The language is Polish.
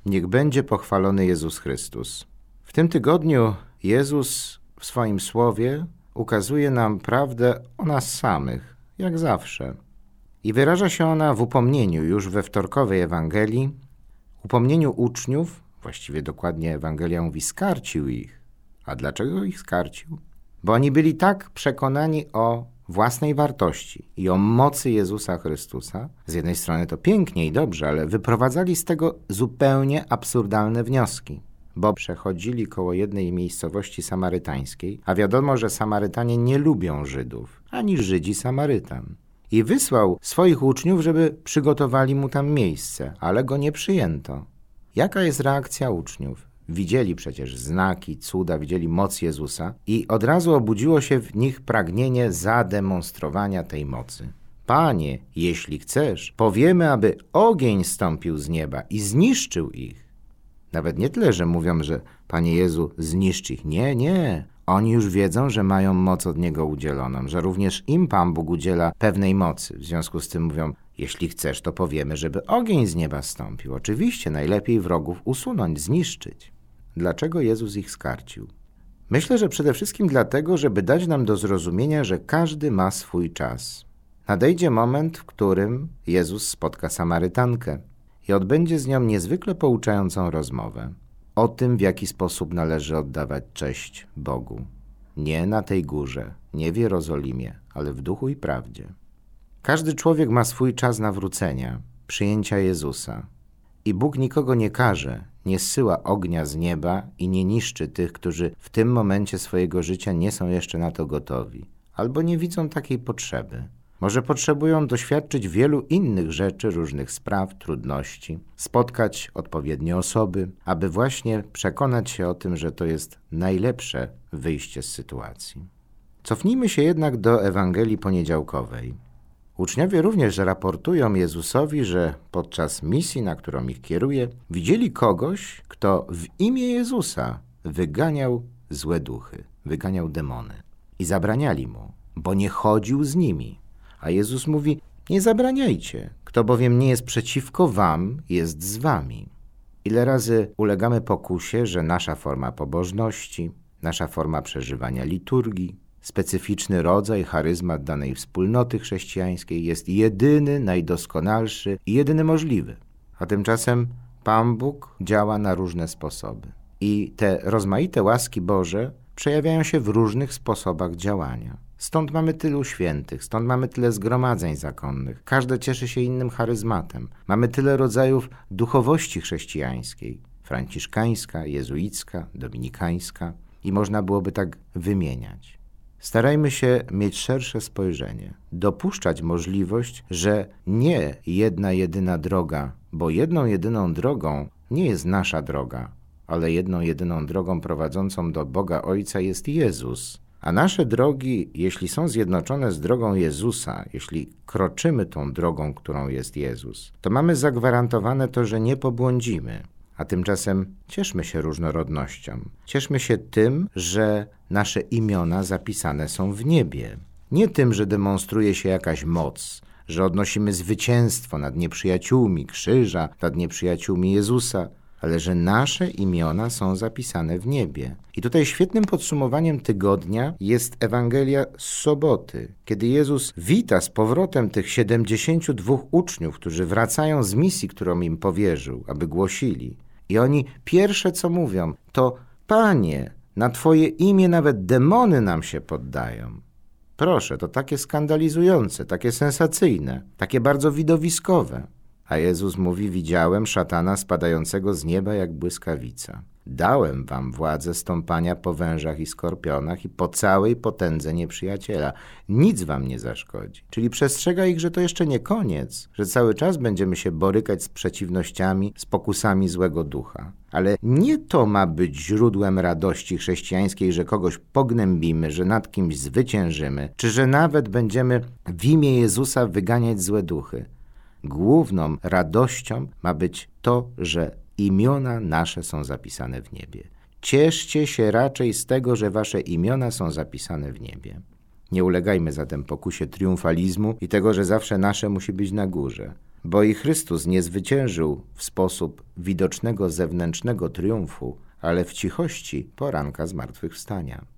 Niech będzie pochwalony Jezus Chrystus. W tym tygodniu Jezus w swoim słowie ukazuje nam prawdę o nas samych, jak zawsze. I wyraża się ona w upomnieniu już we wtorkowej Ewangelii, upomnieniu uczniów, właściwie dokładnie Ewangelia mówi, skarcił ich. A dlaczego ich skarcił? Bo oni byli tak przekonani o własnej wartości i o mocy Jezusa Chrystusa. Z jednej strony to pięknie i dobrze, ale wyprowadzali z tego zupełnie absurdalne wnioski, bo przechodzili koło jednej miejscowości samarytańskiej, a wiadomo, że Samarytanie nie lubią Żydów, ani Żydzi Samarytan. I wysłał swoich uczniów, żeby przygotowali mu tam miejsce, ale go nie przyjęto. Jaka jest reakcja uczniów? Widzieli przecież znaki, cuda, widzieli moc Jezusa i od razu obudziło się w nich pragnienie zademonstrowania tej mocy. Panie, jeśli chcesz, powiemy, aby ogień stąpił z nieba i zniszczył ich. Nawet nie tyle, że mówią, że Panie Jezu, zniszcz ich. Nie. Oni już wiedzą, że mają moc od Niego udzieloną, że również im Pan Bóg udziela pewnej mocy. W związku z tym mówią, jeśli chcesz, to powiemy, żeby ogień z nieba stąpił. Oczywiście najlepiej wrogów usunąć, zniszczyć. Dlaczego Jezus ich skarcił? Myślę, że przede wszystkim dlatego, żeby dać nam do zrozumienia, że każdy ma swój czas. Nadejdzie moment, w którym Jezus spotka Samarytankę i odbędzie z nią niezwykle pouczającą rozmowę o tym, w jaki sposób należy oddawać cześć Bogu. Nie na tej górze, nie w Jerozolimie, ale w duchu i prawdzie. Każdy człowiek ma swój czas nawrócenia, przyjęcia Jezusa. I Bóg nikogo nie karze, nie zsyła ognia z nieba i nie niszczy tych, którzy w tym momencie swojego życia nie są jeszcze na to gotowi, albo nie widzą takiej potrzeby. Może potrzebują doświadczyć wielu innych rzeczy, różnych spraw, trudności, spotkać odpowiednie osoby, aby właśnie przekonać się o tym, że to jest najlepsze wyjście z sytuacji. Cofnijmy się jednak do Ewangelii poniedziałkowej. Uczniowie również raportują Jezusowi, że podczas misji, na którą ich kieruje, widzieli kogoś, kto w imię Jezusa wyganiał złe duchy, wyganiał demony. I zabraniali mu, bo nie chodził z nimi. A Jezus mówi, nie zabraniajcie, kto bowiem nie jest przeciwko wam, jest z wami. Ile razy ulegamy pokusie, że nasza forma pobożności, nasza forma przeżywania liturgii, specyficzny rodzaj, charyzmat danej wspólnoty chrześcijańskiej jest jedyny, najdoskonalszy i jedyny możliwy. A tymczasem Pan Bóg działa na różne sposoby. I te rozmaite łaski Boże przejawiają się w różnych sposobach działania. Stąd mamy tylu świętych, stąd mamy tyle zgromadzeń zakonnych. Każde cieszy się innym charyzmatem. Mamy tyle rodzajów duchowości chrześcijańskiej. Franciszkańska, jezuicka, dominikańska. I można byłoby tak wymieniać. Starajmy się mieć szersze spojrzenie, dopuszczać możliwość, że nie jedna jedyna droga, bo jedną jedyną drogą nie jest nasza droga, ale jedną jedyną drogą prowadzącą do Boga Ojca jest Jezus. A nasze drogi, jeśli są zjednoczone z drogą Jezusa, jeśli kroczymy tą drogą, którą jest Jezus, to mamy zagwarantowane to, że nie pobłądzimy. A tymczasem cieszmy się różnorodnością. Cieszmy się tym, że nasze imiona zapisane są w niebie. Nie tym, że demonstruje się jakaś moc, że odnosimy zwycięstwo nad nieprzyjaciółmi krzyża, nad nieprzyjaciółmi Jezusa, ale że nasze imiona są zapisane w niebie. I tutaj świetnym podsumowaniem tygodnia jest Ewangelia z soboty, kiedy Jezus wita z powrotem tych 72 uczniów, którzy wracają z misji, którą im powierzył, aby głosili. I oni pierwsze co mówią, to Panie, na Twoje imię nawet demony nam się poddają. Proszę, to takie skandalizujące, takie sensacyjne, takie bardzo widowiskowe. A Jezus mówi, widziałem szatana spadającego z nieba jak błyskawica. Dałem wam władzę stąpania po wężach i skorpionach i po całej potędze nieprzyjaciela. Nic wam nie zaszkodzi. Czyli przestrzega ich, że to jeszcze nie koniec, że cały czas będziemy się borykać z przeciwnościami, z pokusami złego ducha. Ale nie to ma być źródłem radości chrześcijańskiej, że kogoś pognębimy, że nad kimś zwyciężymy, czy że nawet będziemy w imię Jezusa wyganiać złe duchy. Główną radością ma być to, że imiona nasze są zapisane w niebie. Cieszcie się raczej z tego, że wasze imiona są zapisane w niebie. Nie ulegajmy zatem pokusie triumfalizmu i tego, że zawsze nasze musi być na górze. bo i Chrystus nie zwyciężył w sposób widocznego zewnętrznego triumfu, ale w cichości poranka zmartwychwstania.